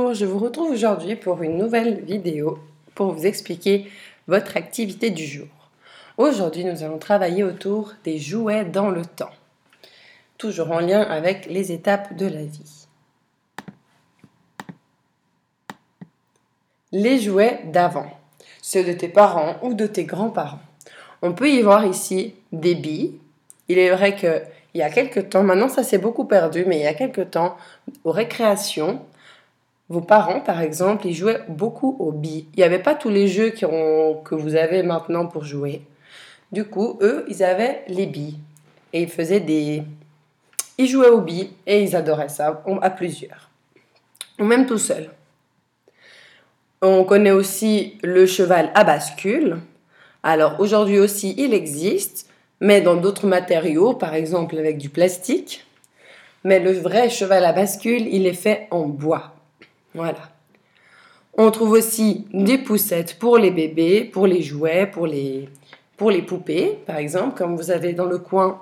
Bonjour, je vous retrouve aujourd'hui pour une nouvelle vidéo pour vous expliquer votre activité du jour. Aujourd'hui, nous allons travailler autour des jouets dans le temps, toujours en lien avec les étapes de la vie. Les jouets d'avant, ceux de tes parents ou de tes grands-parents. On peut y voir ici des billes. Il est vrai qu'il y a quelques temps, maintenant ça s'est beaucoup perdu, mais il y a quelques temps, aux récréations, vos parents, par exemple, ils jouaient beaucoup aux billes. Il n'y avait pas tous les jeux que vous avez maintenant pour jouer. Du coup, eux, ils avaient les billes. Et ils jouaient aux billes et ils adoraient ça, à plusieurs. Ou même tout seul. On connaît aussi le cheval à bascule. Alors, aujourd'hui aussi, il existe, mais dans d'autres matériaux, par exemple avec du plastique. Mais le vrai cheval à bascule, il est fait en bois. Voilà. On trouve aussi des poussettes pour les bébés, pour les jouets, pour les poupées, par exemple, comme vous avez dans le coin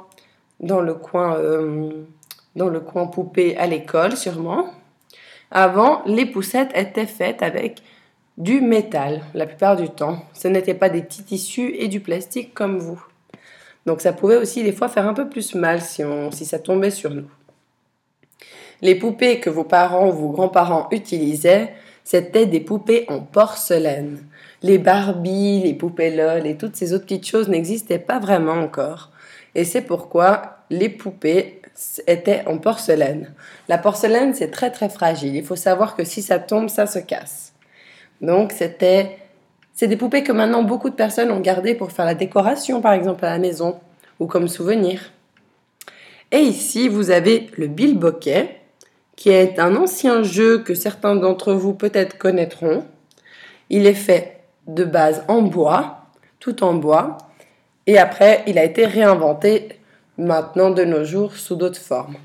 poupée à l'école, sûrement. Avant, les poussettes étaient faites avec du métal, la plupart du temps. Ce n'était pas des petits tissus et du plastique comme vous. Donc ça pouvait aussi des fois faire un peu plus mal si ça tombait sur nous. Les poupées que vos parents ou vos grands-parents utilisaient, c'était des poupées en porcelaine. Les Barbie, les poupées LOL et toutes ces autres petites choses n'existaient pas vraiment encore. Et c'est pourquoi les poupées étaient en porcelaine. La porcelaine, c'est très très fragile. Il faut savoir que si ça tombe, ça se casse. Donc c'est des poupées que maintenant beaucoup de personnes ont gardées pour faire la décoration, par exemple à la maison, ou comme souvenir. Et ici, vous avez le bilboquet, qui est un ancien jeu que certains d'entre vous peut-être connaîtront. Il est fait de base en bois, tout en bois, et après il a été réinventé maintenant de nos jours sous d'autres formes.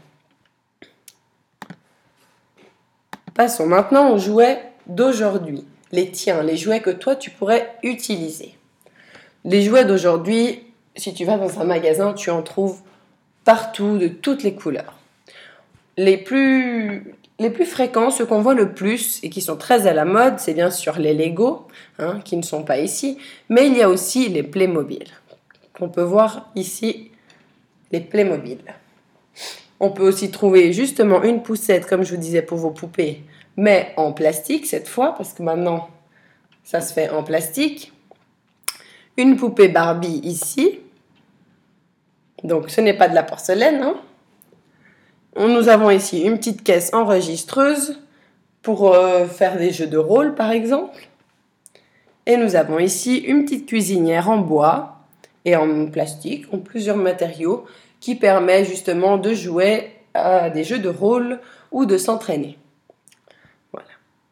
Passons maintenant aux jouets d'aujourd'hui, les tiens, les jouets que toi tu pourrais utiliser. Les jouets d'aujourd'hui, si tu vas dans un magasin, tu en trouves partout, de toutes les couleurs. Les plus fréquents, ceux qu'on voit le plus et qui sont très à la mode, c'est bien sûr les Lego, qui ne sont pas ici, mais il y a aussi les Playmobil, qu'on peut voir ici, les Playmobil. On peut aussi trouver justement une poussette, comme je vous disais, pour vos poupées, mais en plastique cette fois, parce que maintenant, ça se fait en plastique. Une poupée Barbie ici, donc ce n'est pas de la porcelaine, Nous avons ici une petite caisse enregistreuse pour faire des jeux de rôle, par exemple. Et nous avons ici une petite cuisinière en bois et en plastique, en plusieurs matériaux, qui permet justement de jouer à des jeux de rôle ou de s'entraîner. Voilà.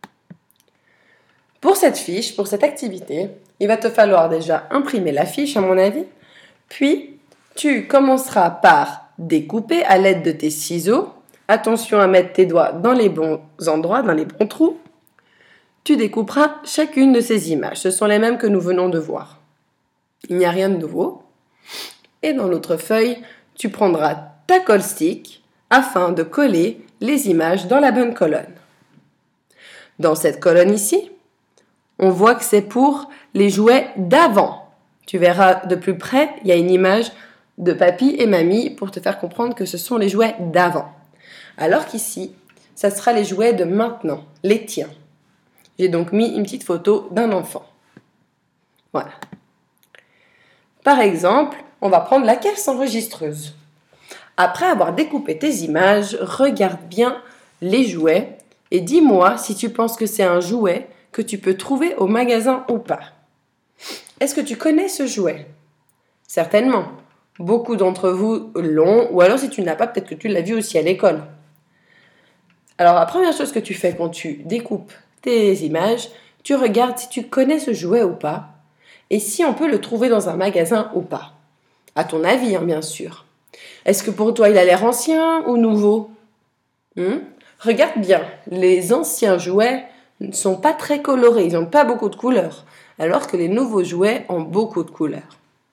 Pour cette fiche, pour cette activité, il va te falloir déjà imprimer la fiche, à mon avis. Puis, tu commenceras par découper à l'aide de tes ciseaux. Attention à mettre tes doigts dans les bons endroits, dans les bons trous. Tu découperas chacune de ces images. Ce sont les mêmes que nous venons de voir. Il n'y a rien de nouveau. Et dans l'autre feuille, tu prendras ta colle stick afin de coller les images dans la bonne colonne. Dans cette colonne ici, on voit que c'est pour les jouets d'avant. Tu verras de plus près, il y a une image de papy et mamie pour te faire comprendre que ce sont les jouets d'avant. Alors qu'ici, ça sera les jouets de maintenant, les tiens. J'ai donc mis une petite photo d'un enfant. Voilà. Par exemple, on va prendre la caisse enregistreuse. Après avoir découpé tes images, regarde bien les jouets et dis-moi si tu penses que c'est un jouet que tu peux trouver au magasin ou pas. Est-ce que tu connais ce jouet ? Certainement. Beaucoup d'entre vous l'ont, ou alors si tu ne l'as pas, peut-être que tu l'as vu aussi à l'école. Alors la première chose que tu fais quand tu découpes tes images, tu regardes si tu connais ce jouet ou pas, et si on peut le trouver dans un magasin ou pas. À ton avis, bien sûr. Est-ce que pour toi, il a l'air ancien ou nouveau ? Regarde bien, les anciens jouets ne sont pas très colorés, ils n'ont pas beaucoup de couleurs, alors que les nouveaux jouets ont beaucoup de couleurs.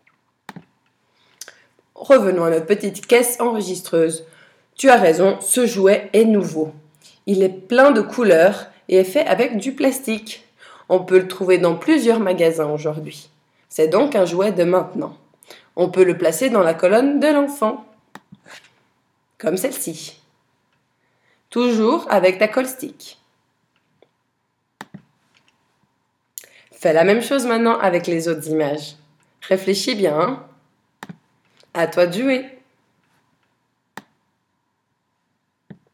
Revenons à notre petite caisse enregistreuse. Tu as raison, ce jouet est nouveau. Il est plein de couleurs et est fait avec du plastique. On peut le trouver dans plusieurs magasins aujourd'hui. C'est donc un jouet de maintenant. On peut le placer dans la colonne de l'enfant, comme celle-ci. Toujours avec ta colle stick. Fais la même chose maintenant avec les autres images. Réfléchis bien, hein? À toi de jouer.